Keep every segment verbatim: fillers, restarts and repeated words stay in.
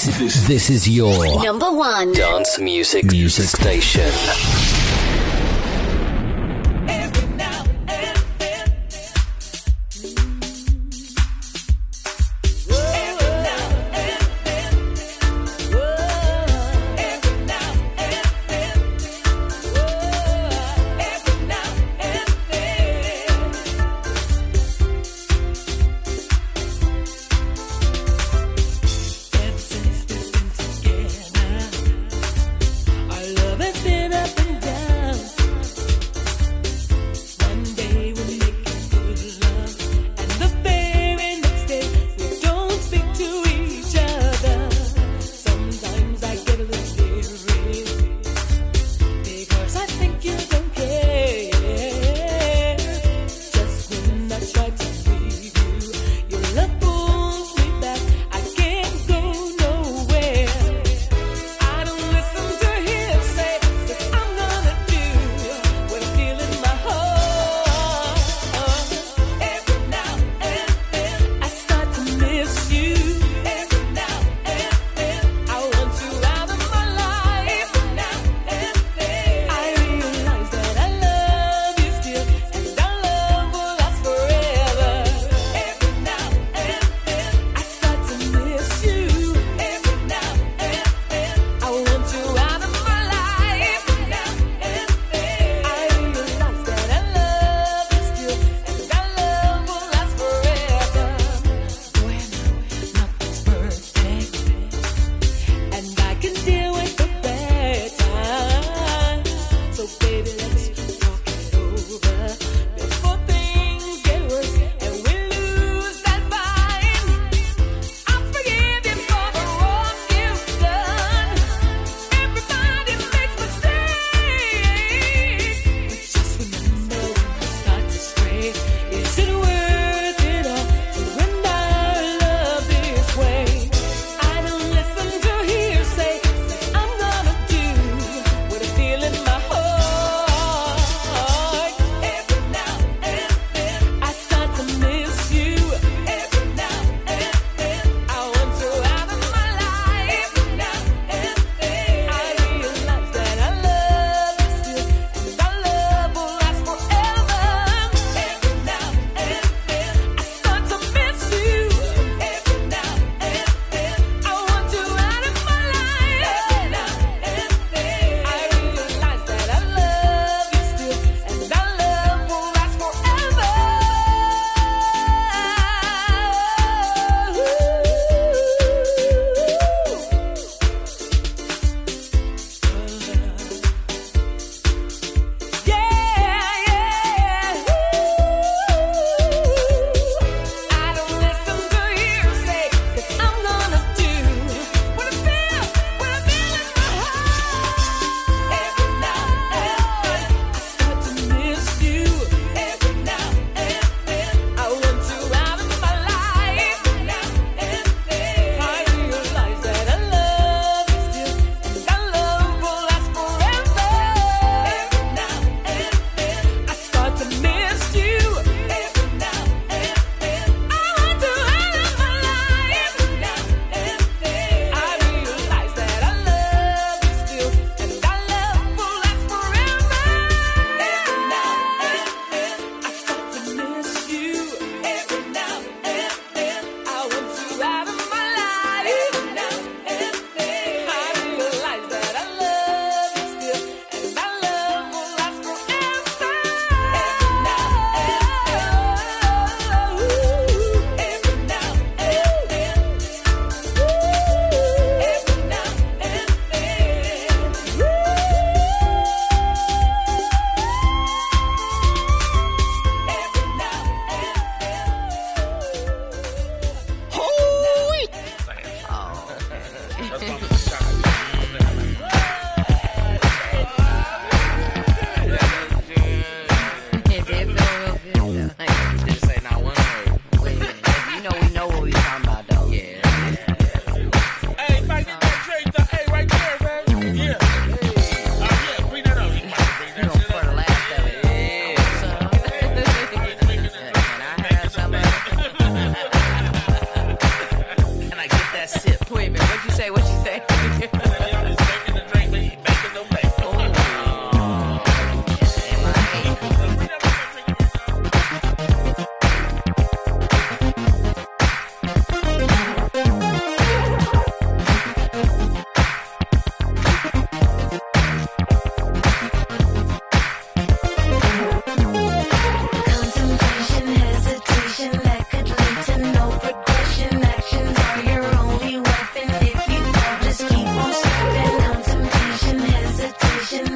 This, this is your number one dance music, music station. Our love has been up and down.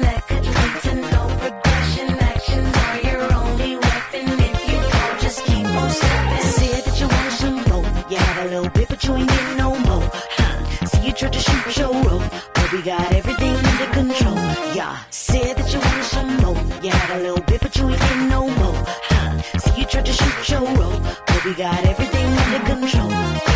that could lead to no progression. Actions are your only weapon. If you fall, just keep on stepping. Said that you want some more. You had a little bit, but you ain't getting no more. Huh. See, you tried to shoot your rope, but we got everything under control. Yeah. Said that you want some more. You had a little bit, but you ain't getting no more. Huh. See, you tried to shoot your rope, but we got everything under control.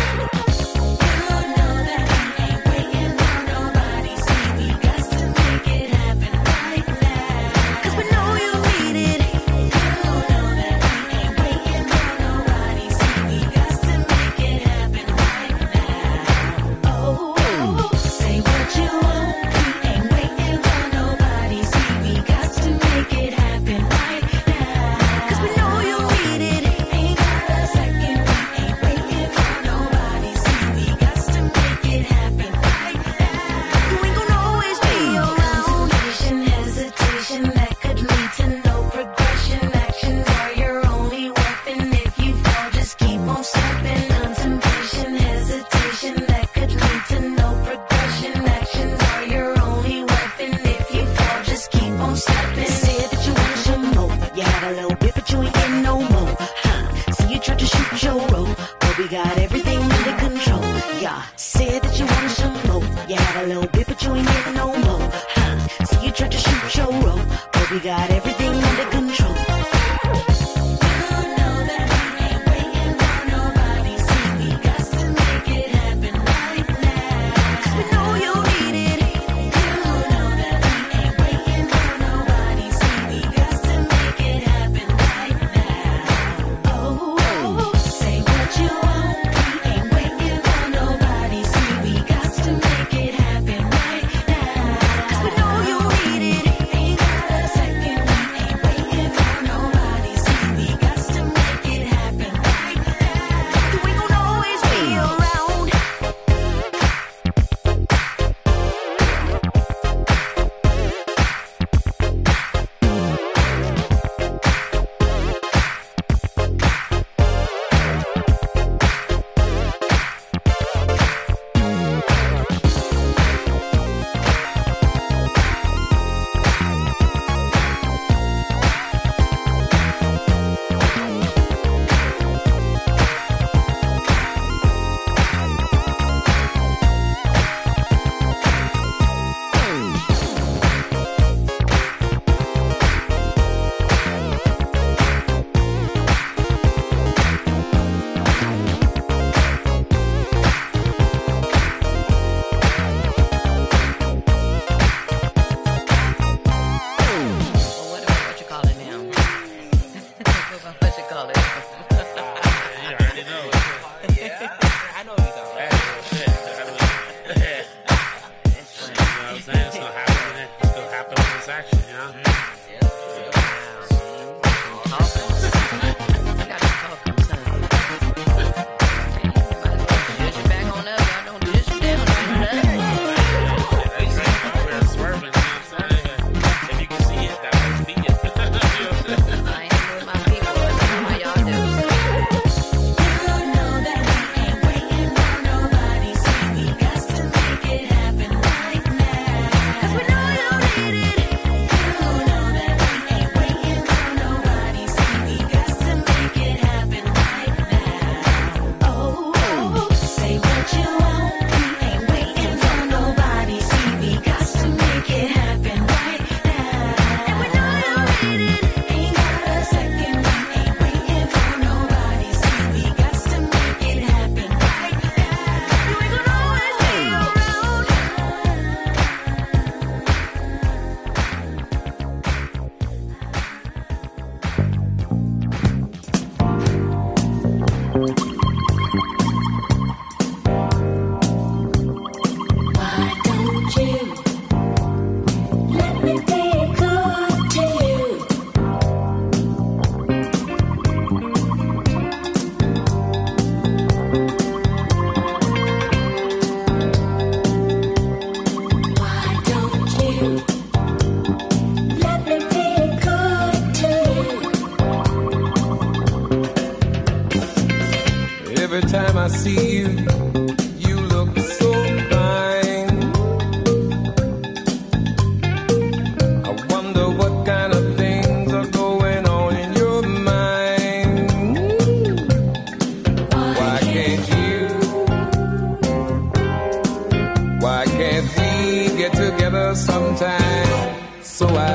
I see you, you look so fine. I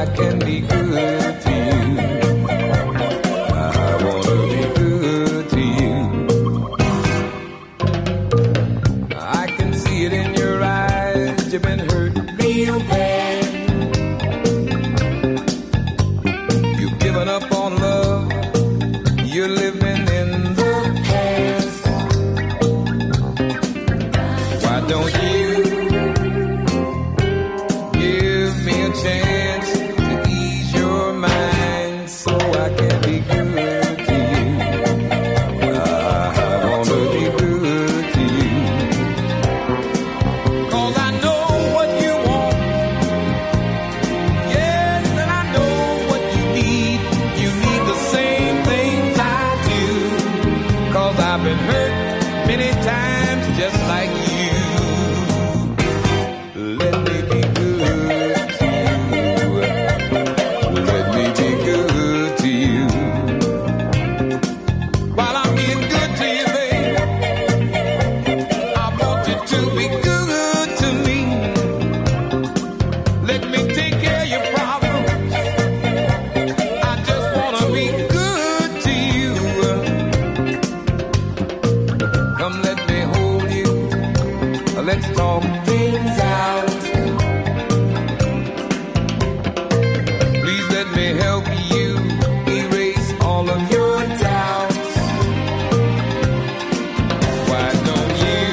can be good to you. I wanna be good to you. I can see it in your eyes, you've been hurt real bad. You've given up on love, you're living in the past. Why don't you give me a chance to ease your mind so I can be good to you? I wanna be good to you. 'Cause I know what you want. Yes, and I know what you need. You need the same things I do. 'Cause I've been hurt many times just like you. Let me be good to you. Let me be good to you. While I'm being good to you, babe, I want you to be good to me. Let me take care of your problems. I just wanna be good to you. Come, let me hold you. Let's talk things out. Please let me help you erase all of your doubts. Why don't you?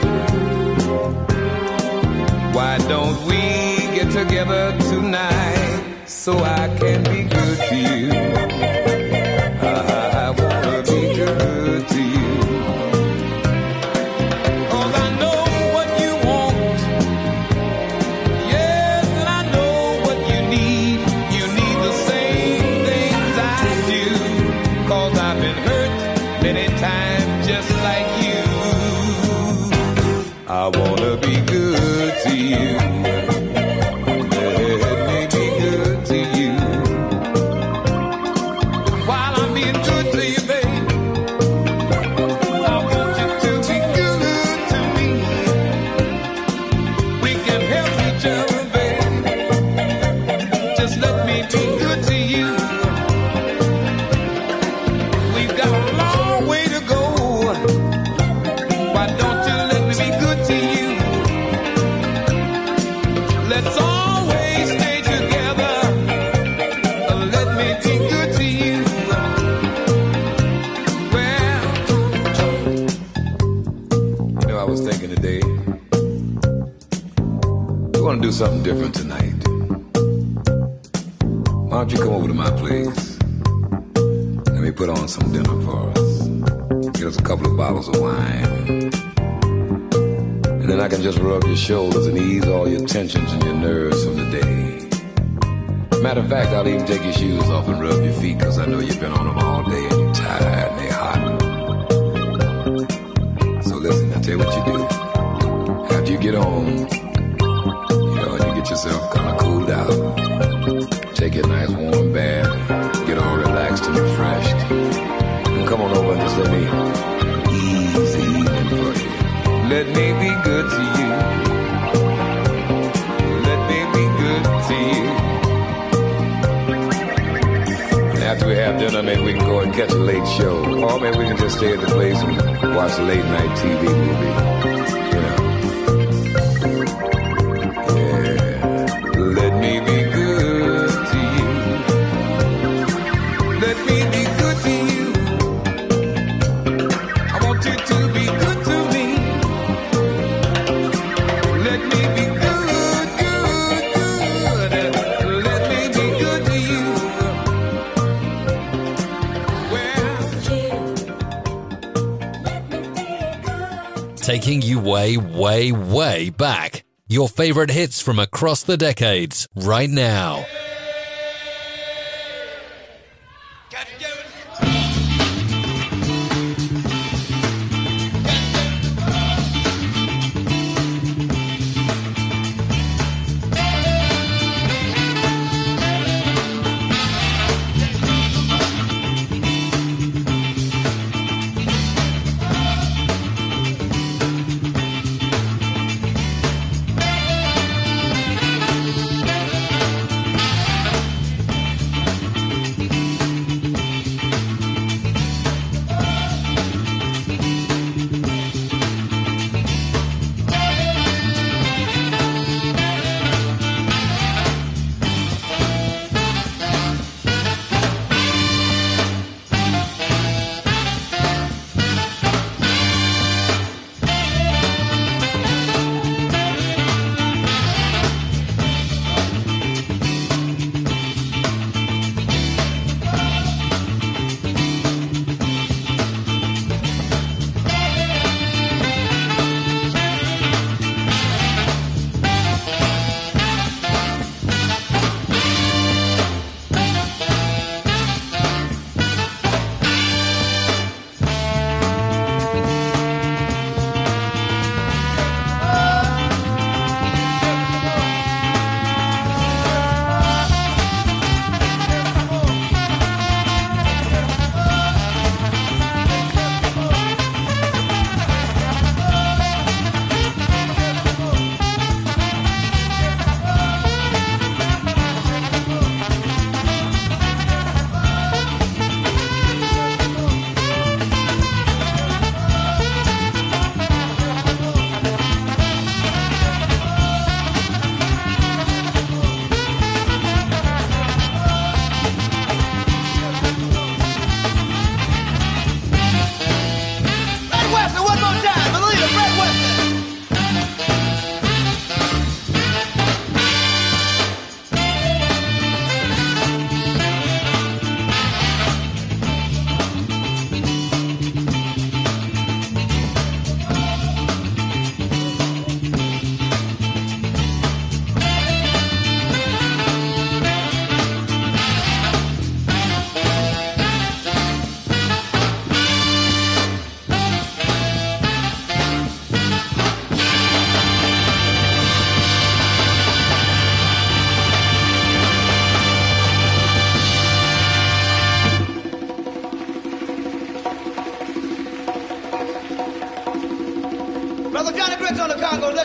Why don't we get together tonight so I can be good to you? I wanna be good to you. 'Cause I know what you want. Yes, and I know what you need. You need the same things I do. 'Cause I've been hurt many times just like you. I wanna be good to you. Let me be good to you. While I'm being good to you, babe, I want you to be good to me. We can help each other, babe. Just let me be good to you. We've got a long way to go. Why don't you let me be good to you? Let's always stay together. Let me be good to you. Well, you know, I was thinking today, we want to do something different tonight. Why don't you come over to my place? Let me put on some dinner for us. Get us a couple of bottles of wine. And then I can just rub your shoulders and ease all your tensions and your nerves from the day. Matter of fact, I'll even take your shoes off and rub your feet, 'cause I know you've been on them all day and you're tired and they're hot. So listen, I'll tell you what you do. After you get home, you know, you get yourself kind of cooled out. Take a nice warm bath, get all relaxed and refreshed. And come on over and just let me ease the evening for you. Let me be good to you. Let me be good to you. And after we have dinner, maybe we can go and catch a late show. Or maybe we can just stay at the place and watch a late night T V movie. You know. Yeah. Let me be good to you. Let me be good to you. I want you to be good to me. Let me be good, good, good. Let me be good to you. Well, taking you way, way, way back. Your favorite hits from across the decades, right now.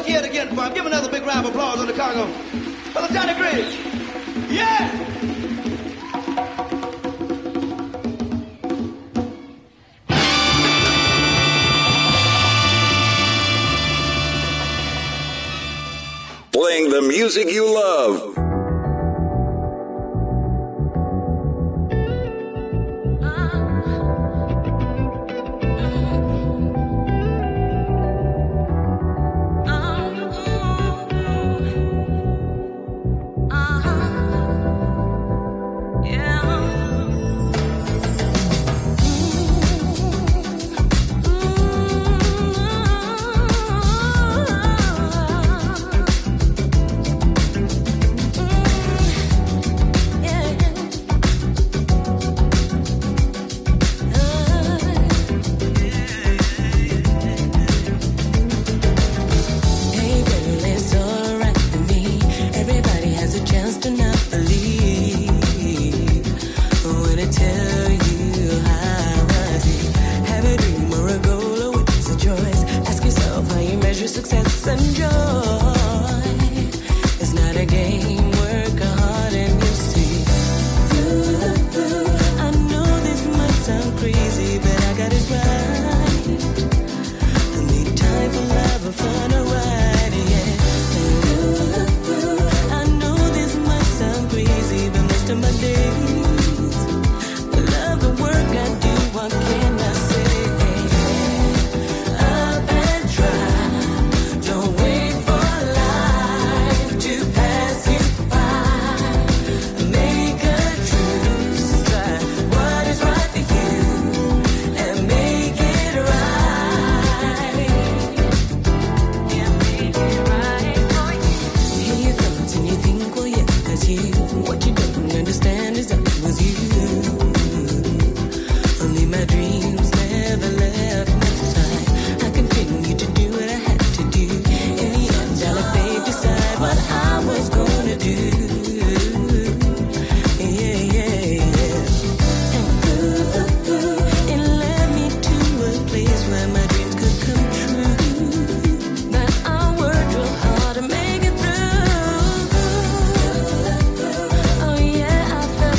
hear it again for him. Give him another big round of applause on the Congo. Brother Johnny Griggs. Yeah! Playing the music you love. Oh yeah, I felt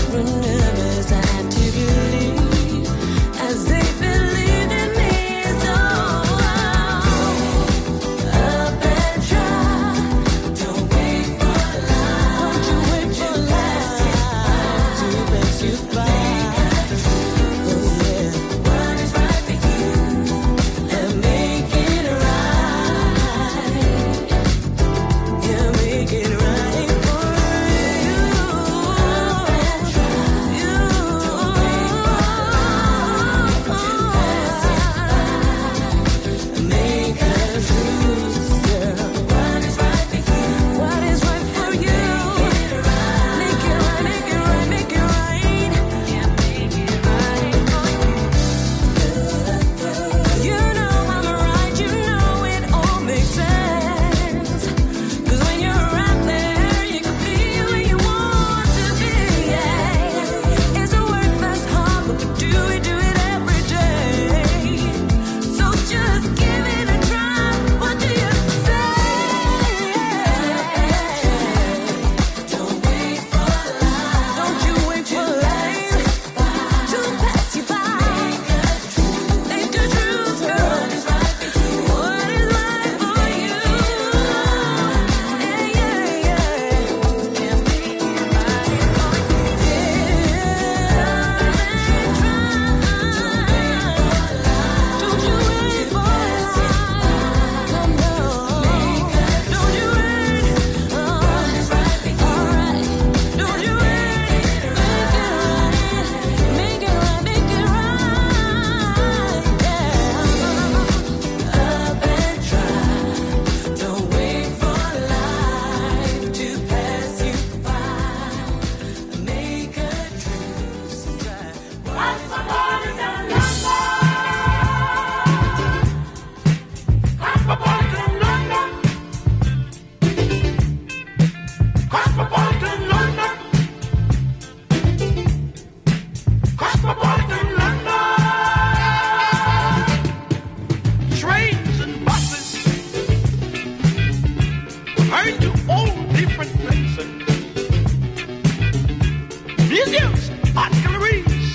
museums, art galleries,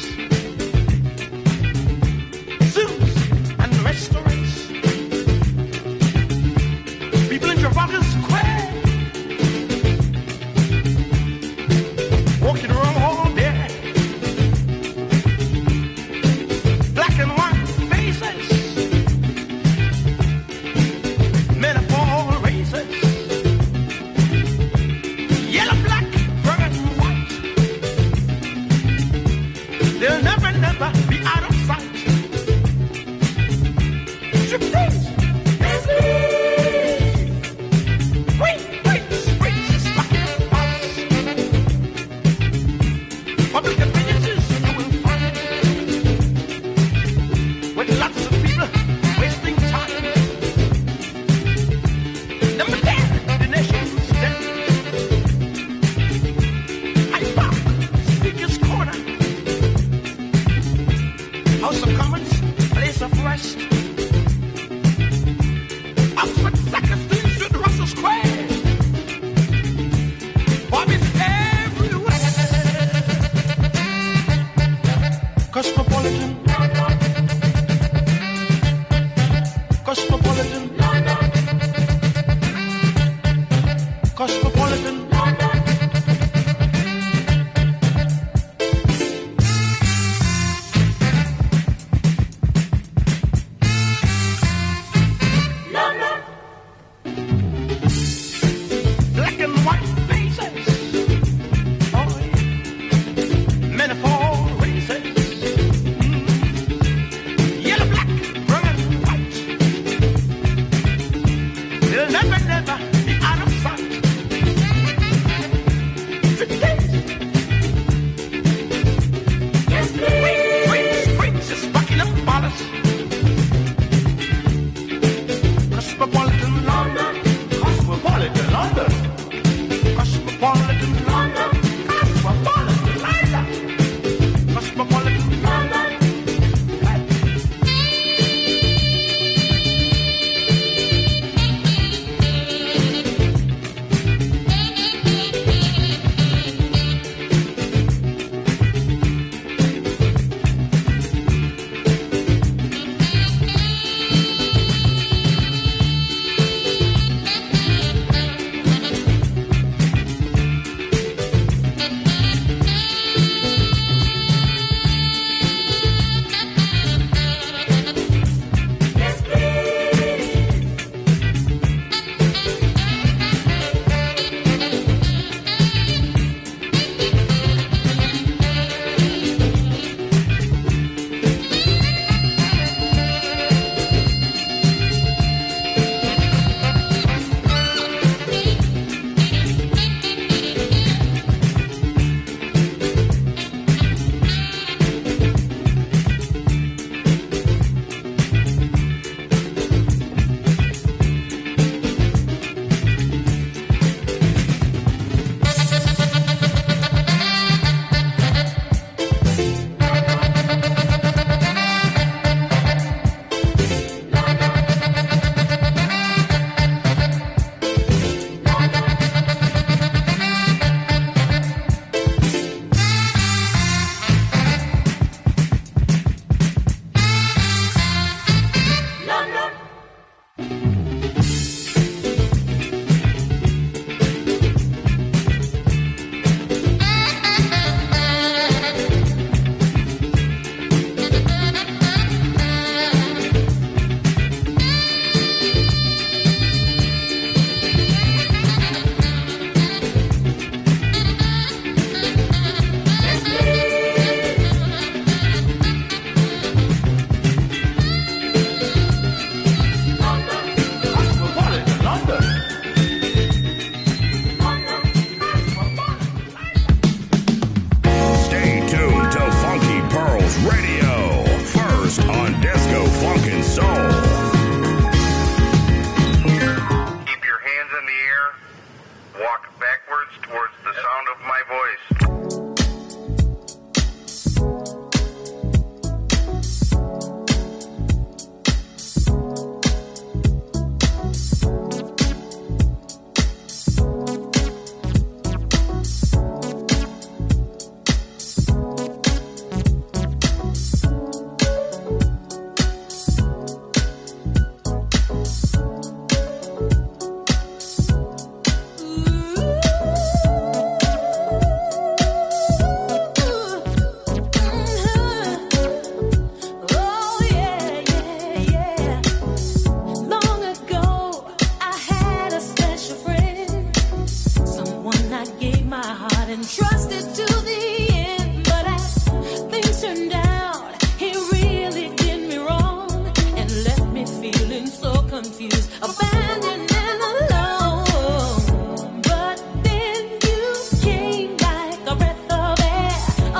zoos, and restaurants. People in Trafalgar Square, walking around all day, black and white faces, men of all races, yellow, black, red, and white. They'll never, never be out of sight. Surprise! Wait, wait, wait, stop it, pause. Public opinion is going fine. With lots of people wasting time. Number ten, the nation's dead. Hyde Park, Speaker's Corner. House of Commons, place of rest. Oxford, Second Street, Russell Square. Bobby's everywhere. Cosmopolitan. Cosmopolitan. Cosmopolitan. Black and white faces. Oh, yeah. Men of all races. Mm.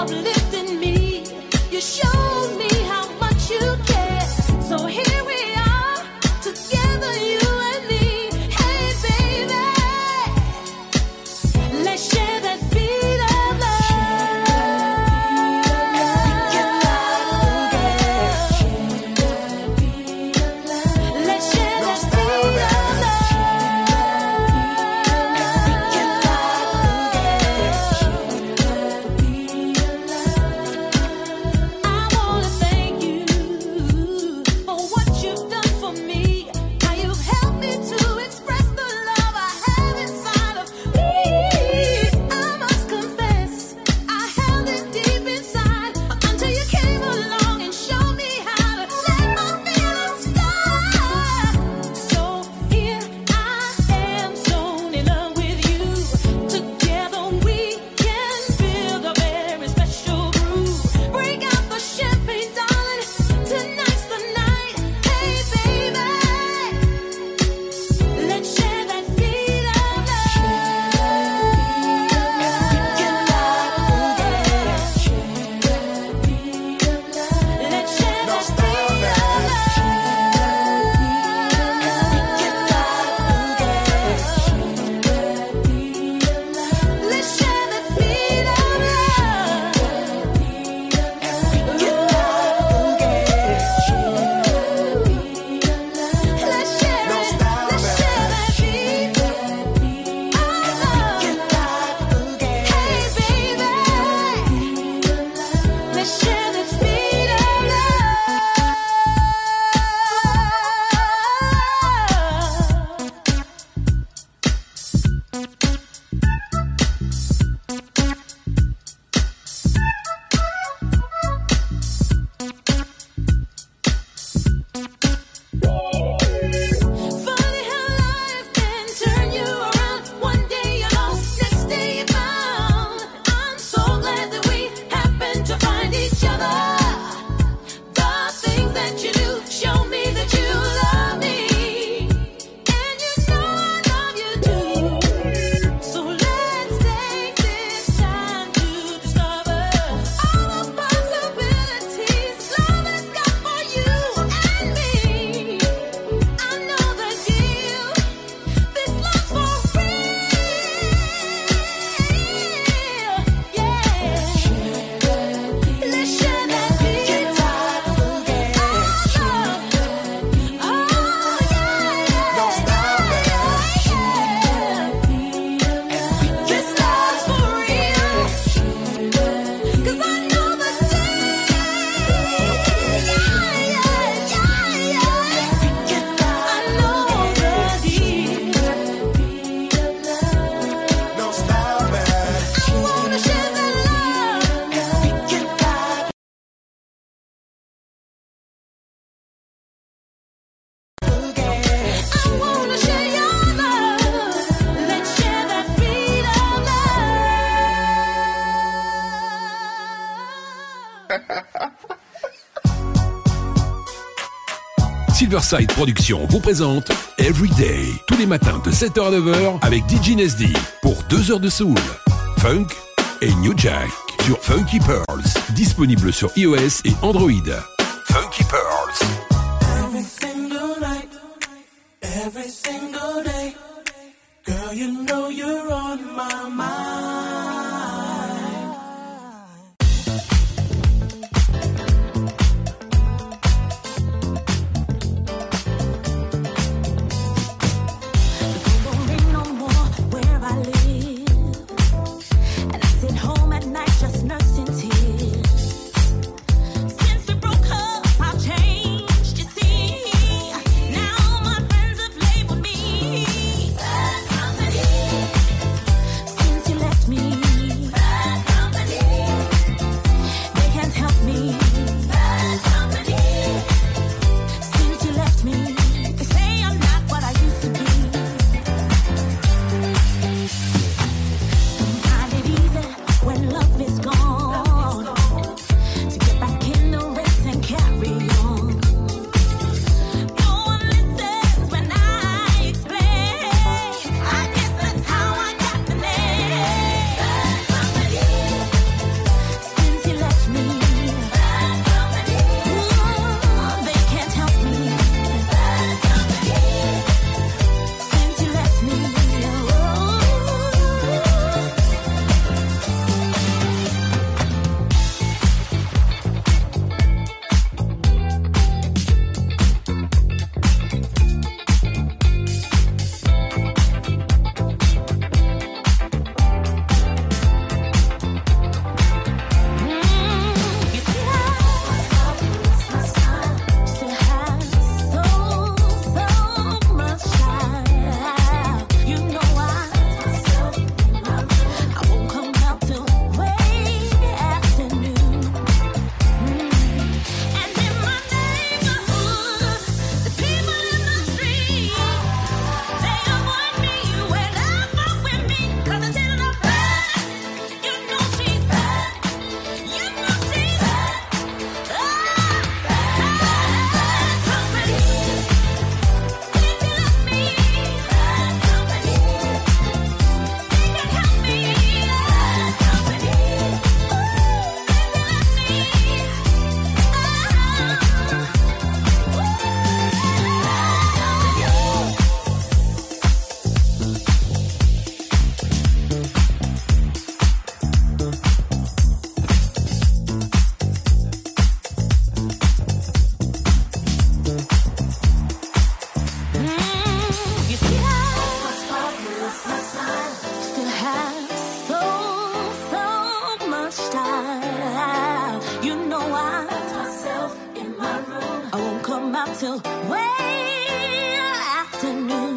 uplifting me. You showed me how much you care. So here we are, together you and me. Hey baby, let's share that beat of love. Let's share that beat of Silverside Productions vous présente Everyday, tous les matins de sept heures à neuf heures avec D J Nesdy pour deux heures de soul, funk et New Jack sur Funky Pearls, disponible sur iOS et Android. Funky Pearls. Every single night, every single day, girl, you know you're on my mind. Home at night, just nursing tears. Since we broke up, I've changed. You know I lock myself in my room. I won't come out till way afternoon.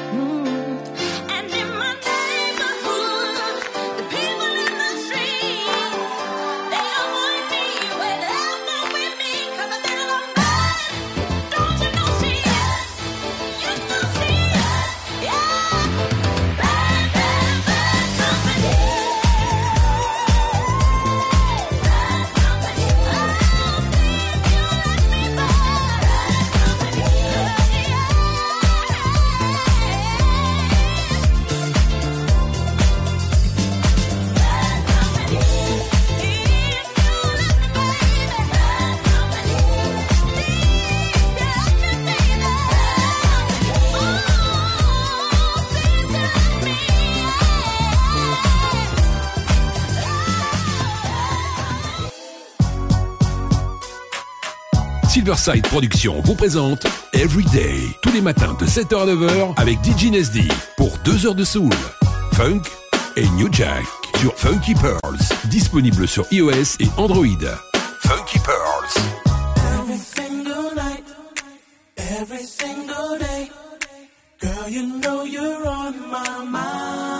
Silverside Productions vous présente Everyday, tous les matins de sept heures à neuf heures avec D J Nesdy pour deux heures de soul, funk et New Jack sur Funky Pearls, disponible sur iOS et Android. Funky Pearls. Every single night, every single day, girl, you know you're on my mind.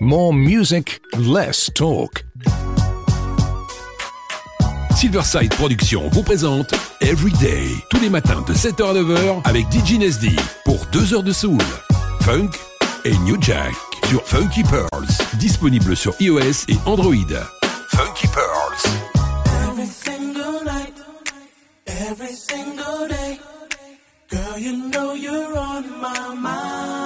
More music, less talk. Silverside Productions vous présente Everyday, tous les matins de sept heures à neuf heures avec D J Nesdy pour deux heures de soul, funk et New Jack sur Funky Pearls, disponible sur iOS et Android. Funky Pearls. Every single night, every single day, girl, you know you're on my mind.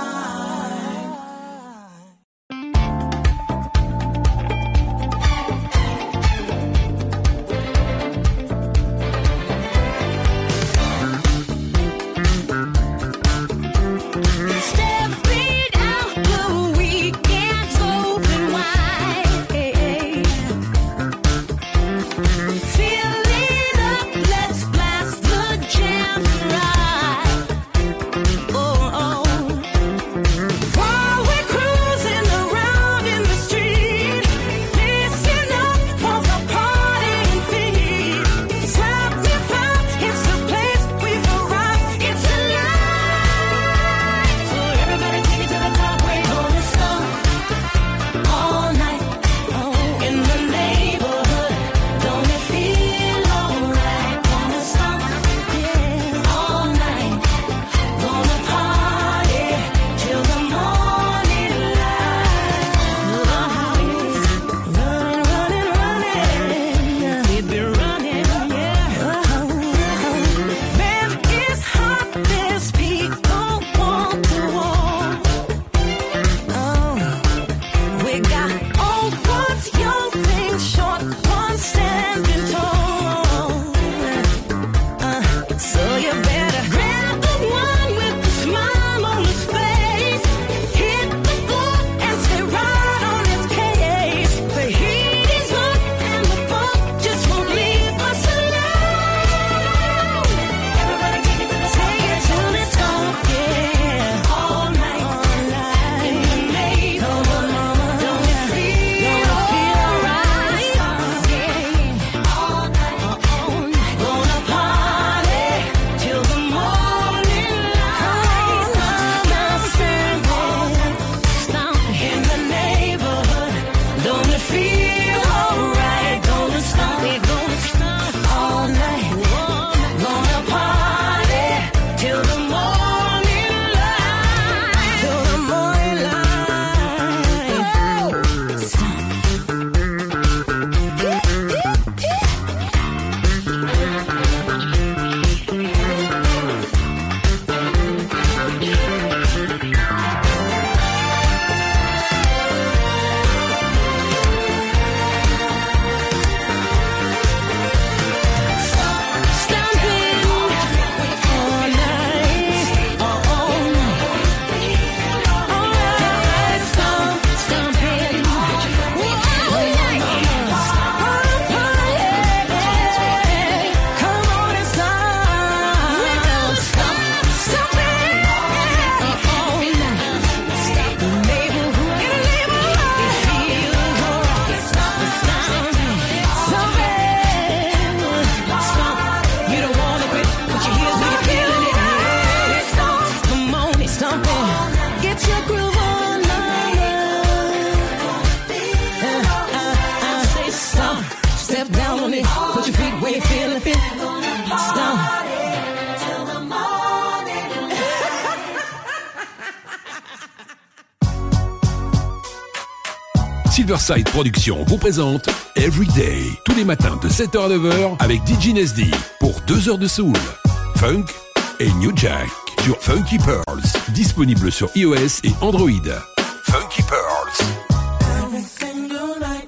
Silverside Productions vous présente Everyday, tous les matins de sept heures à neuf heures avec D J Nesdy pour deux heures de soul, funk et New Jack sur Funky Pearls, disponible sur iOS et Android. Funky Pearls. Every single night,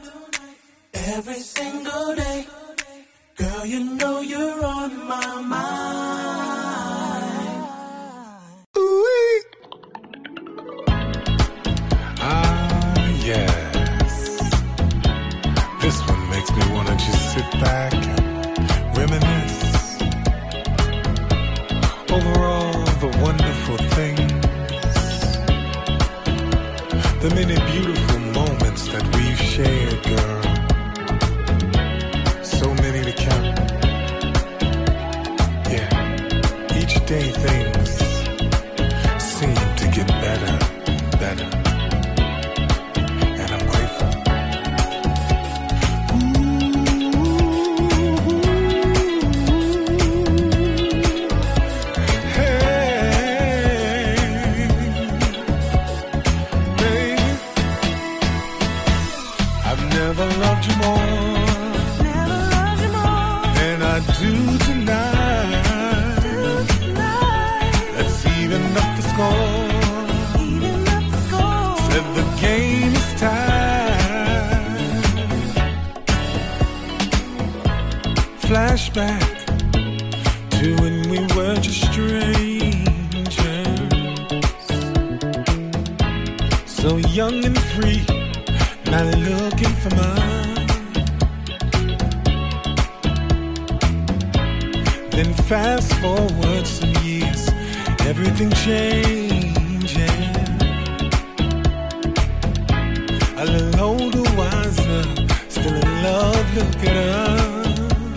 every single day, girl, you know you're on my mind. Ooh-wee. Ah, yes. This one makes me want to just sit back and reminisce over all the wonderful things, the many beautiful moments that we've shared, girl. So many to count. Yeah, each day things seem to get better and better. to when we were just strangers. So young and free, not looking for much. Then fast forward some years, everything changing. A little older, wiser, still in love, look at us.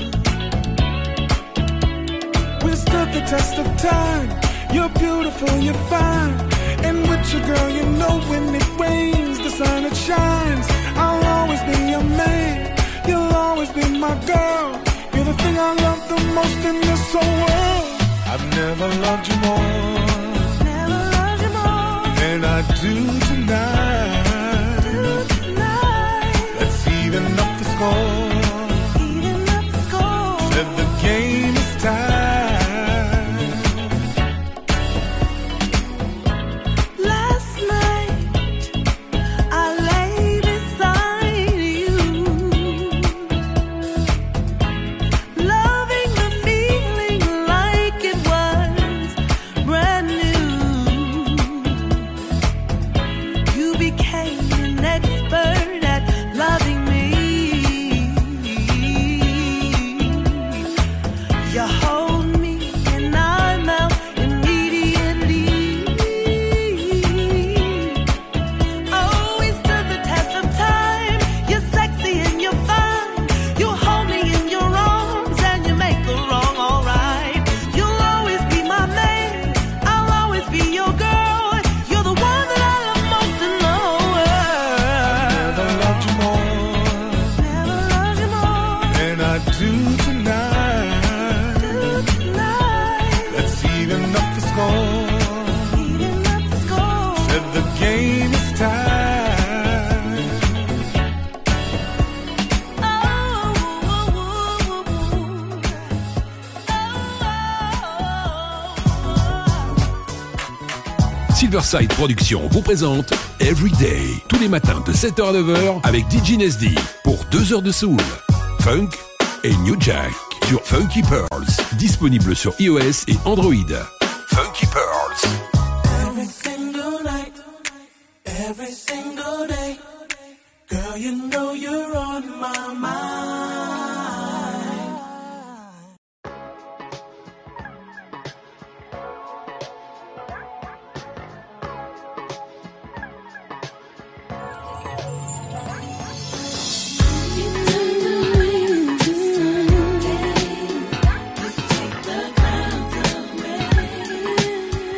We stood the test of time. You're beautiful, you're fine. And with your girl, you know when it rains, the sun it shines. I'll always be your man, you'll always be my girl. You're the thing I love the most in this whole world. I've never loved you more, Never loved you more than I do tonight. do tonight. Let's even up the score. Even up the score. Said the game is tied. Last night I lay beside you, loving the feeling like it was brand new. You became an expert at loving me. You hold me and I'm out immediately. Oh, we stood the test of time. You're sexy and you're fine. You hold me in your arms and you make the wrong alright. You'll always be my man, I'll always be your girl. You're the one that I love most in the whole Never world. loved you more Never loved you more than I do tonight. do tonight. Let's even up the score. Even up the score. Said the game is tied. Oh, oh, oh, oh. Silverside Productions vous présente Everyday, tous les matins de sept heures à neuf heures avec D J Nesdy pour deux heures de soul, funk et New Jack sur Funky Pearls, disponible sur iOS et Android. Funky Pearls. Every single night, every single day, girl, you know you're on my mind. You turn the rain to Sunday. You take the clouds away.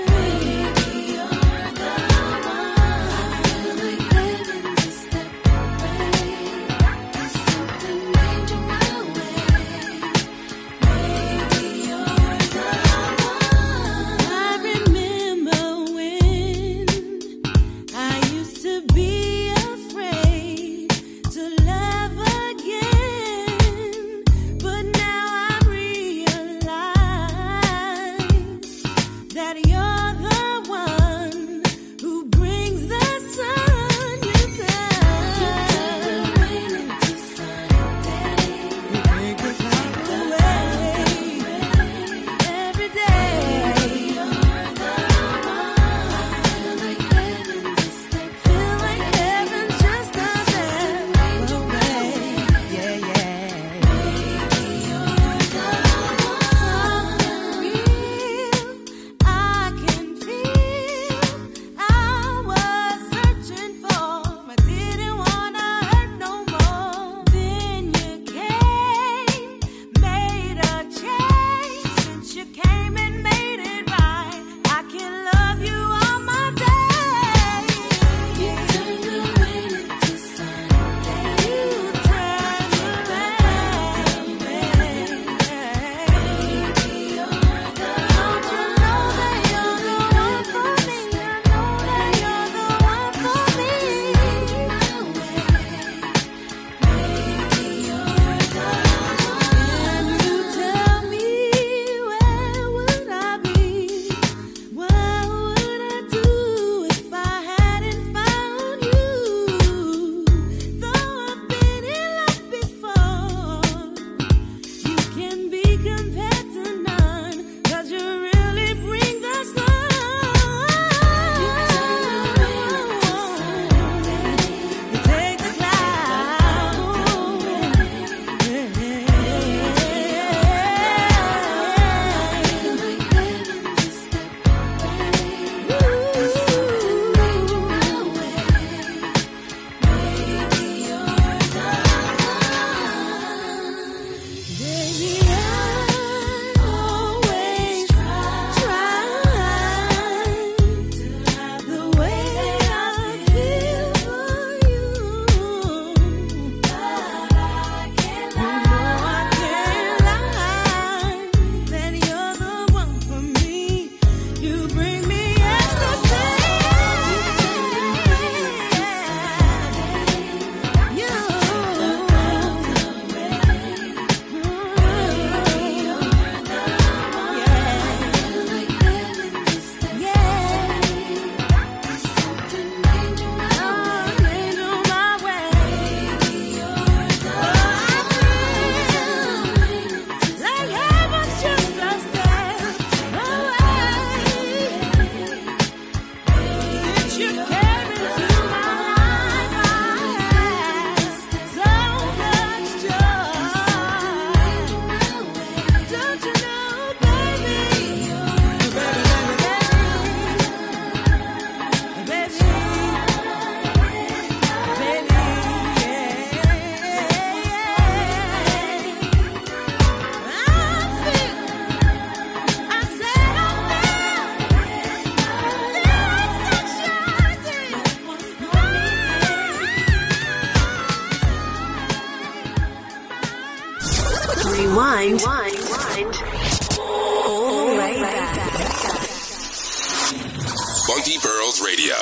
Radio.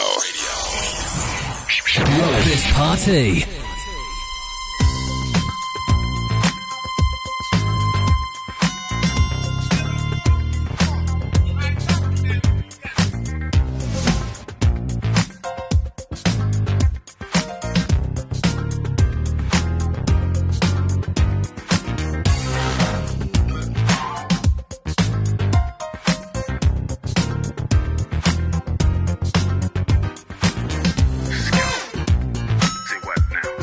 Rock this party. Say what now?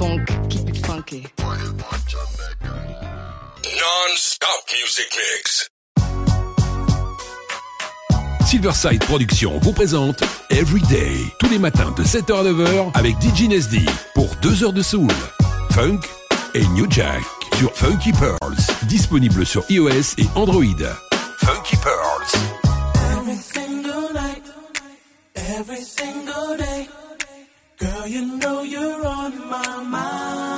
funk, keep it funky. Non-stop music mix. Silverside Productions vous présente Everyday, tous les matins de sept heures à neuf heures avec D J Nesdy pour deux heures de soul, funk et New Jack sur Funky Pearls, disponible sur iOS et Android. Funky Pearls. Every single night, every single day, girl, you know you're on my mind.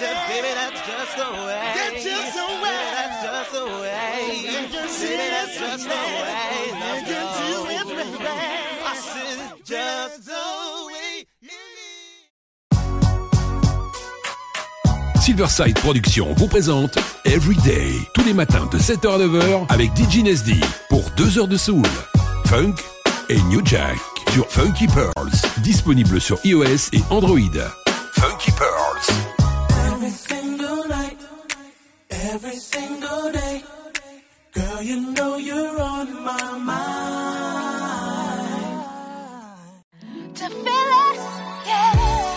Baby, that's just the way. That's just the way. Baby, that's just the way. You can see Baby, it, that's just the way. you can do it, baby. I said, just the way. Silverside Productions vous présente Everyday, tous les matins de sept heures à neuf heures avec D J Nesdy pour deux heures de soul, funk et New Jack sur Funky Pearls, disponible sur iOS et Android. Funky Pearls. Every single night, every single day, girl, you know you're on my mind. To feel it, yeah.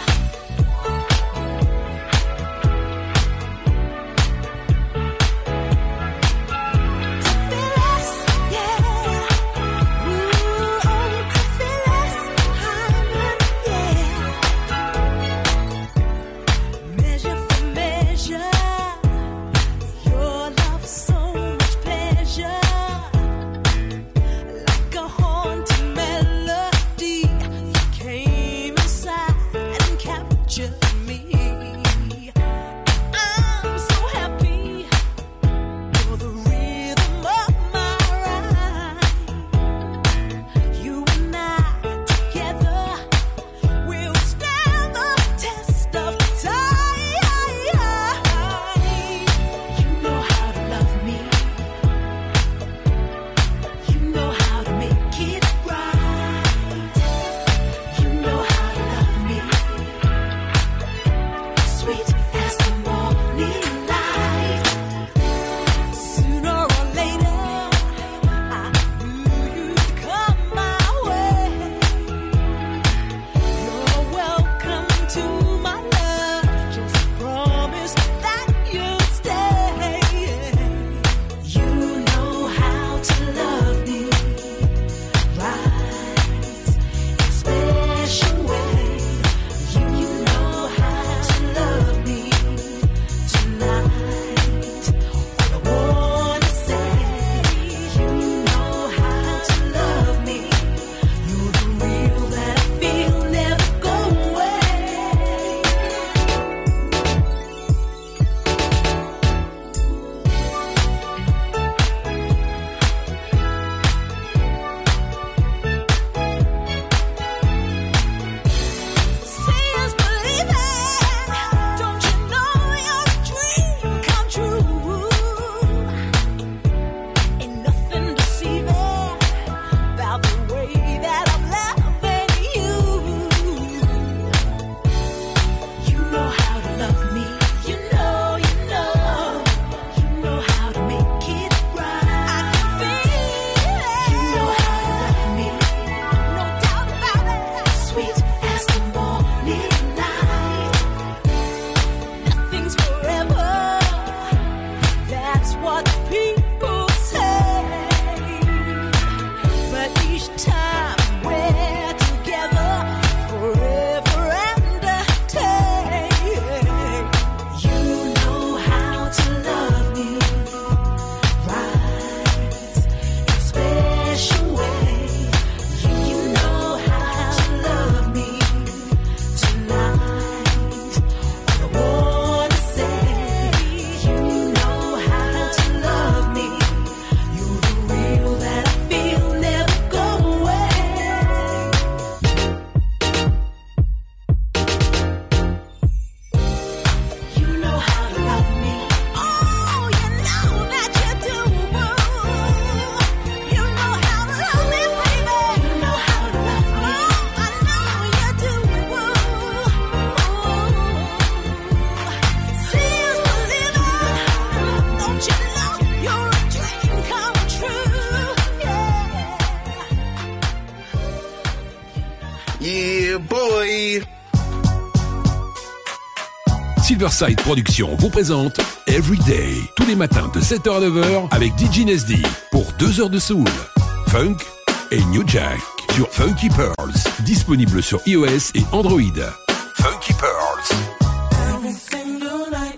Silverside Productions vous présente Everyday, tous les matins de sept heures à neuf heures avec D J Nesdy pour deux heures de soul, funk et New Jack sur Funky Pearls, disponible sur iOS et Android. Funky Pearls. Every single night,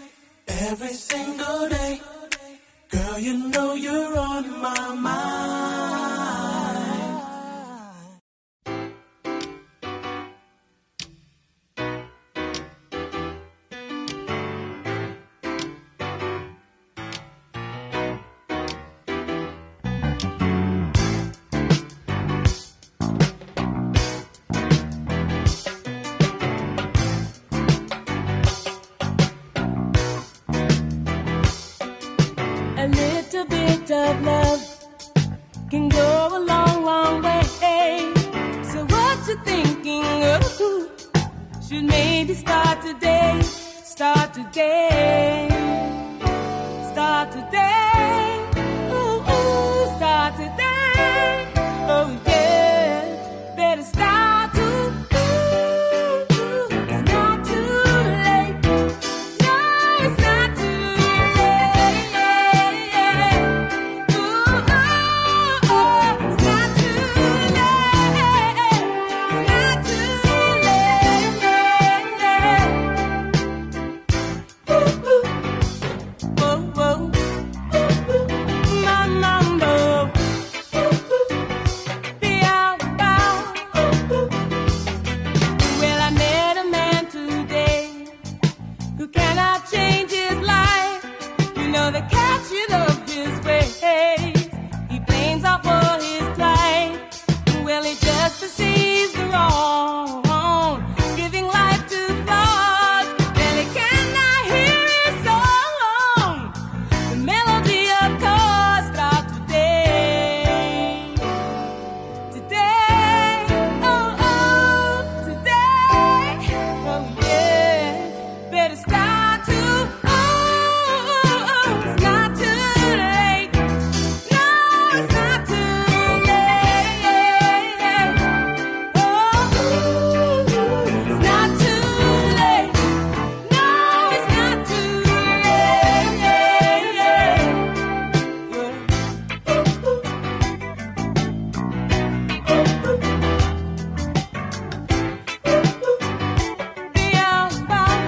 every single day, girl, you know you're on my mind. bit of love can go a long, long way. So what you thinking of? Should maybe start today, start today, start today, ooh, ooh, start today, oh yeah, better start to, ooh, ooh, it's not too late, no, it's not too late, yeah, yeah. Ooh, oh, oh, it's not too late, it's not too late, yeah, yeah. Ooh, ooh. Whoa, whoa, ooh, ooh, my mambo, ooh, ooh, be out about, ooh, ooh. Well, I met a man today who cannot change his life. You know the catch of his ways. He blames all for his plight. Well, he just perceives the wrong, giving life to flaws. And he cannot hear his song. The melody, of course, start today. Today, oh, oh, today, oh, yeah. Better start to, oh, oh, oh, it's not too late. No, it's not too late. Oh, ooh, it's not too late. No, it's not too late. Be out about,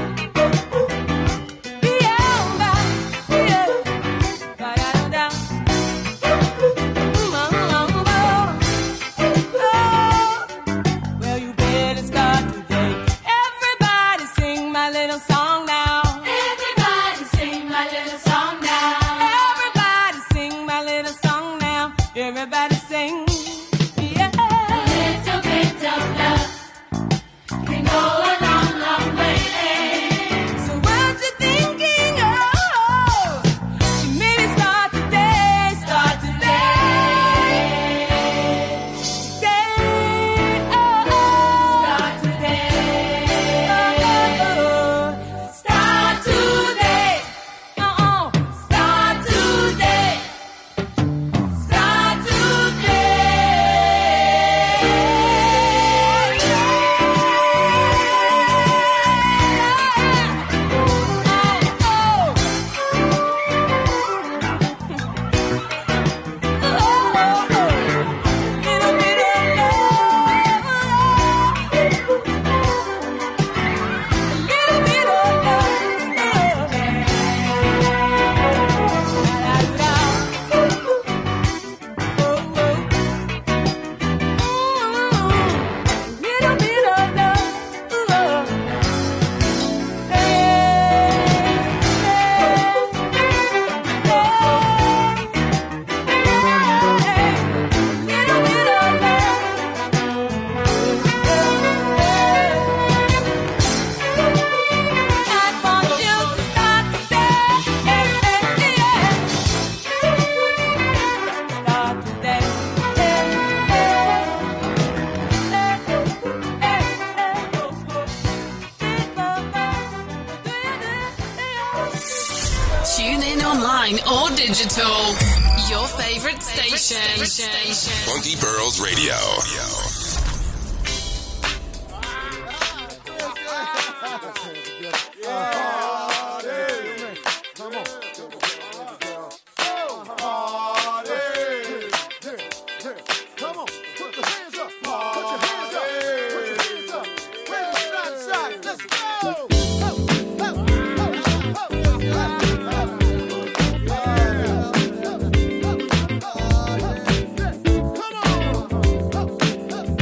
be out about, yeah. Ba-da-da-da. Well, you better start today. Everybody sing my little song now. Everybody sing my little song now. Everybody sing my little song now. Everybody sing. Yeah. A little bit of love can go a long, long way. So what you thinking of? Maybe start today, start today. Today, oh, oh. Start today. Oh, oh. Start today. Oh, oh. Start today. Start Tune in online or digital. Your favorite station. Funky Pearls Radio. Come on.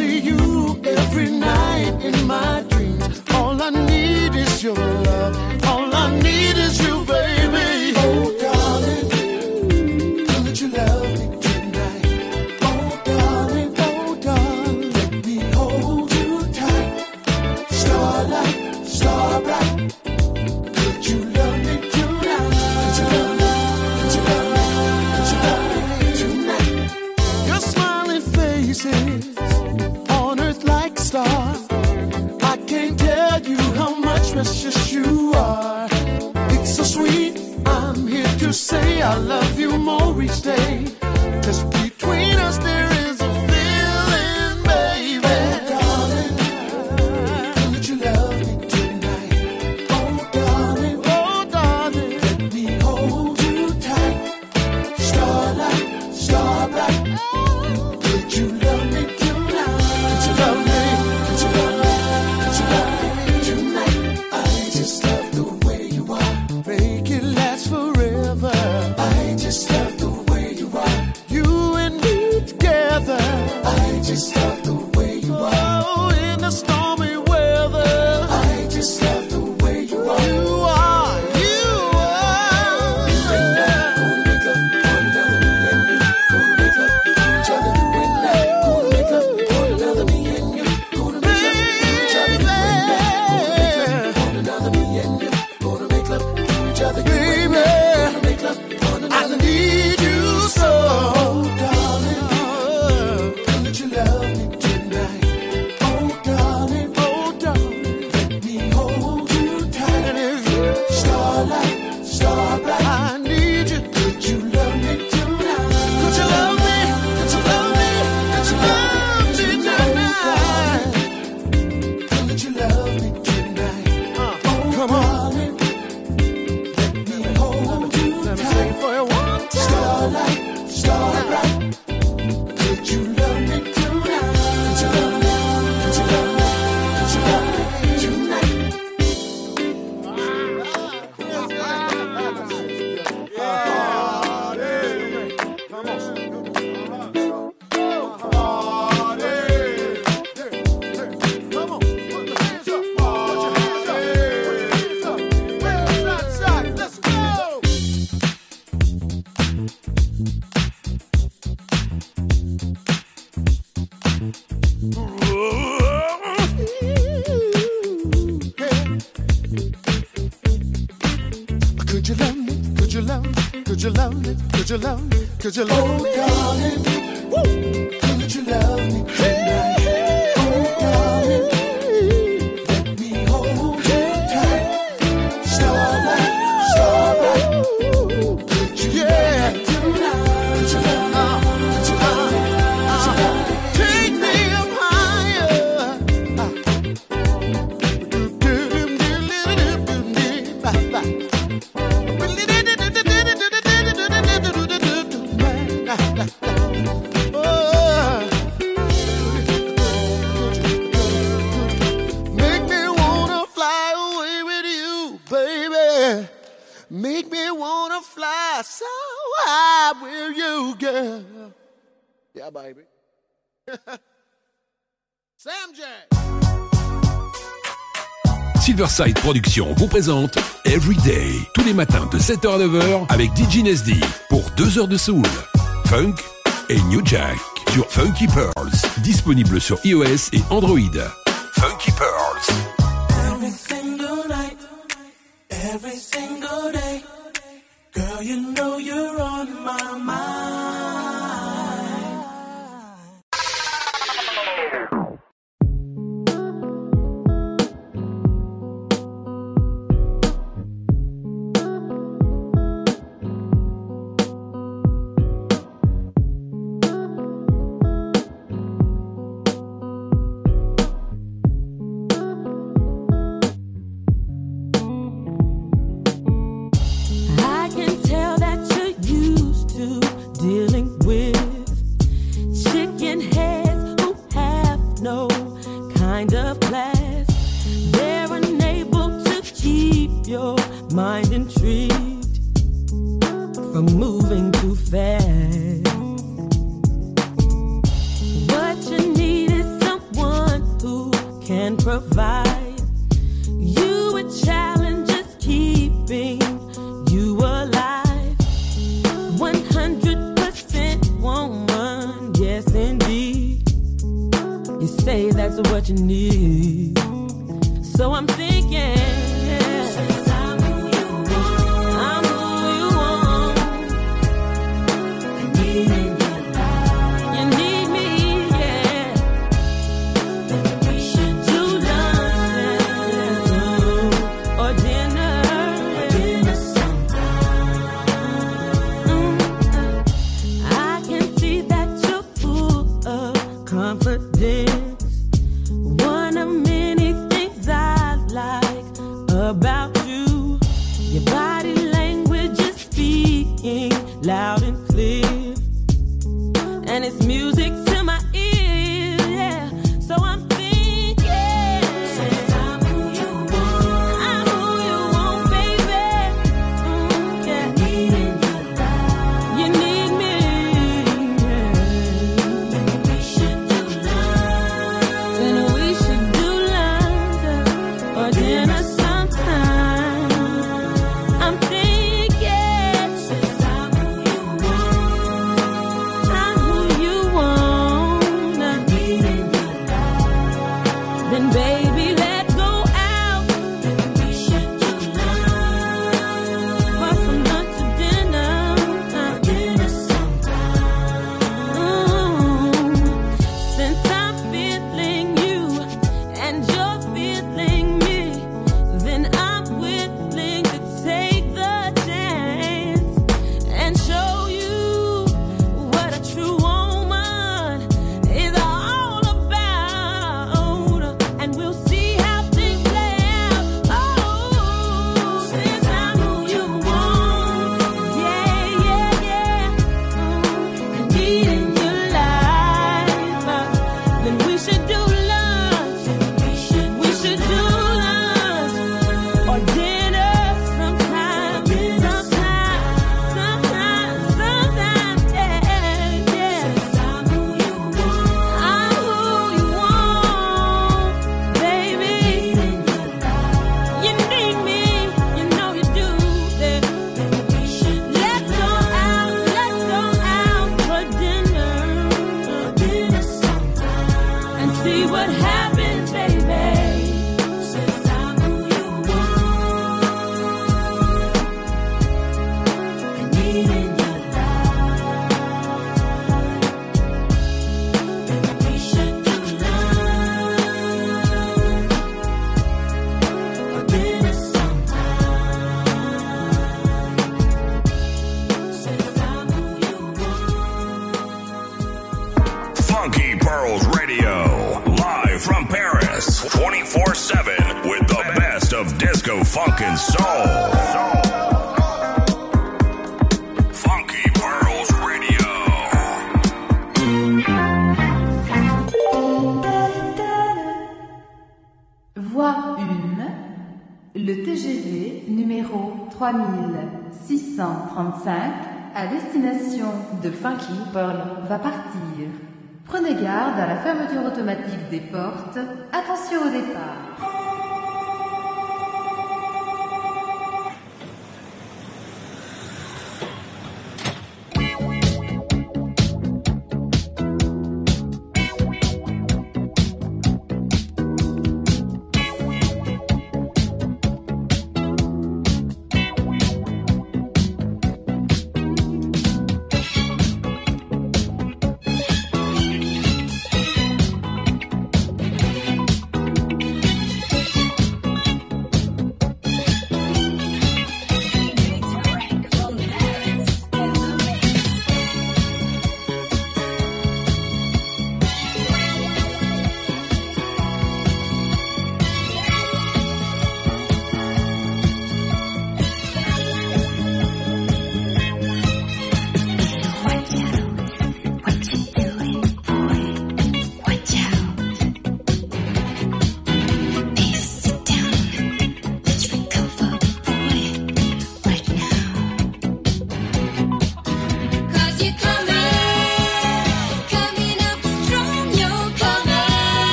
see you every night in my dreams. All I need is your love. All I need is you, baby. Oh, darling, don't you love me tonight? Oh, darling, oh, darling, let me hold you tight. Starlight, starbright, could you love me tonight? Could you love me? Could you love me? Could you love me tonight? Your smiling faces on earth like stars. I can't tell you how much precious you are. It's so sweet. I'm here to say I love you more each day. Just between us there is a feeling, baby. Oh, darling, don't you love me tonight? Oh, darling, oh, darling, let me hold you tight. Starlight, starbright, could you love me tonight? Could you love me? Could you love me? Could you love me tonight? I just love the way you are. Make it last forever. I just love the way you are. You and me together. I just love the way you are. Oh, in the stormy weather. I just love the way you are. You are, you are. You and I gonna make up one another, me and you. Gonna make up each other, you and I. Gonna make up one another, me and you. Gonna make up each other, you and I. Gonna make up one another, me and you. Gonna make up each other, you and I. Gonna make up one another. I need you so, darling. Don't you love me tonight? Oh, darling, oh, darling, let me hold you tight. And if you starlight, starbright, I need you. Could you love me tonight? Could you love me? Could you love me? Could you love me tonight? Could you love me tonight? Oh, come on. Darling, let me hold you tight. Let me sing for you one time. Starlight, starbright, could you love me tonight? Could you love me? Could you love me? Could you love me tonight? Come on. Come on. Put your hands up. Put your hands up. Put your hands up. Hands outside. Let's go. Could you love me? Could you love me? Could you love me? Could you love me? Could you love me? Oh, darling, woo. Could you love me tonight? Oh, darling, let me hold you tight. Starlight, starbright, could you love me tonight? Could you love me? Could you love me? Could you love me? Take me up higher. Make me wanna fly away with you, baby. Make me wanna fly so high with you, girl. Yeah, baby. Sam Jack. Silverside Productions vous présente Everyday, tous les matins de sept heures à neuf heures avec D J Nesdy pour deux heures de soul, funk et New Jack sur Funky Pearls, disponible sur iOS et Android. Funky Pearls. Every single night, every single day, girl, you know you're on my mind. I can tell that you're used to dealing with chicken heads who have no kind of class. They're unable to keep your mind intrigued from moving too fast. What you need is some provide. You a challenge just keeping you alive. one hundred percent woman, yes indeed. You say that's what you need. So I'm thinking, since I'm who you want, I'm who you want. I need in your life. You need me, yeah. Then we should do lunch or dinner, or dinner sometime. Mm-hmm. I can see that you're full of confidence. One of many things I like about you. Your body language is speaking loud and clear, and it's music to my ear, yeah. So I'm thinking, since I'm who you want, I'm who you want, baby. Mm, yeah. You need in your life. You need me, yeah. Then we should do love. Then we should do lunch or dinner sometime. I'm thinking, since I'm who you want, I'm who you want. I need in your life. Then baby, let's go out. Then we should do love for some lunch or dinner, or dinner sometime. Mm. Since I'm feeling you and you're feeling me, then I'm willing to take the chance and show you what a true woman is all about. And we'll see how things play out. Oh, since I'm who you want, yeah, yeah, yeah. Mm, I need in your life. Then we should do lunch. We should, we should do lunch or dinner sometime, sometime, sometime, sometime, yeah, yeah. Since I'm who you want, I'm who you want, baby. You need me, you know you do. Then we should let's go out, let's go out for dinner, or dinner sometime, and see what happens, baby. Since I'm who you want, I need in your life. Then we should do love or dinner sometime. Since I'm who you want. Funky Pearls Radio, live from Paris, twenty-four seven, with the best of disco, funk, and soul. Funky Pearls Radio. Voie un, le T G V numéro trois mille six cent trente-cinq à destination de Funky Pearl va partir. Prenez garde à la fermeture automatique des portes. Attention au départ.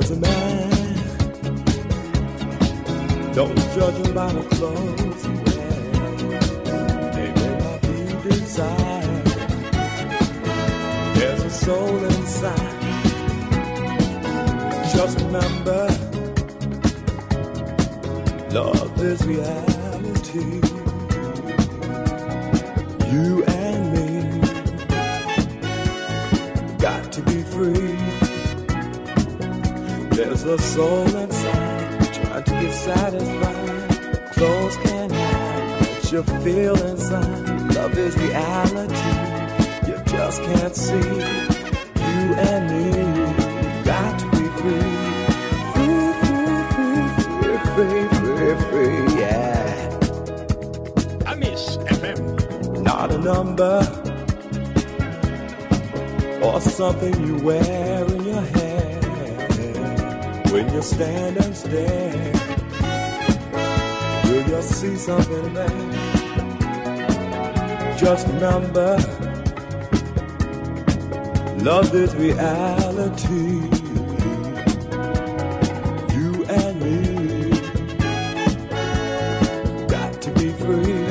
loves a man. Don't judge him by the clothes he wears. They may not be desired. There's a soul inside. Just remember, love is reality. You and me got to be free. There's a soul inside trying to get satisfied. Clothes can't hide what you feel inside. Love is reality. You just can't see. You and me got to be free. Free, free, free, free, free, free, free, yeah. Amis F M. Not a number or something you wear in your hair when you stand and stare. Will you see something there? Just remember, love is reality. You and me got to be free.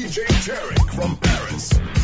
D J Tarek from Paris.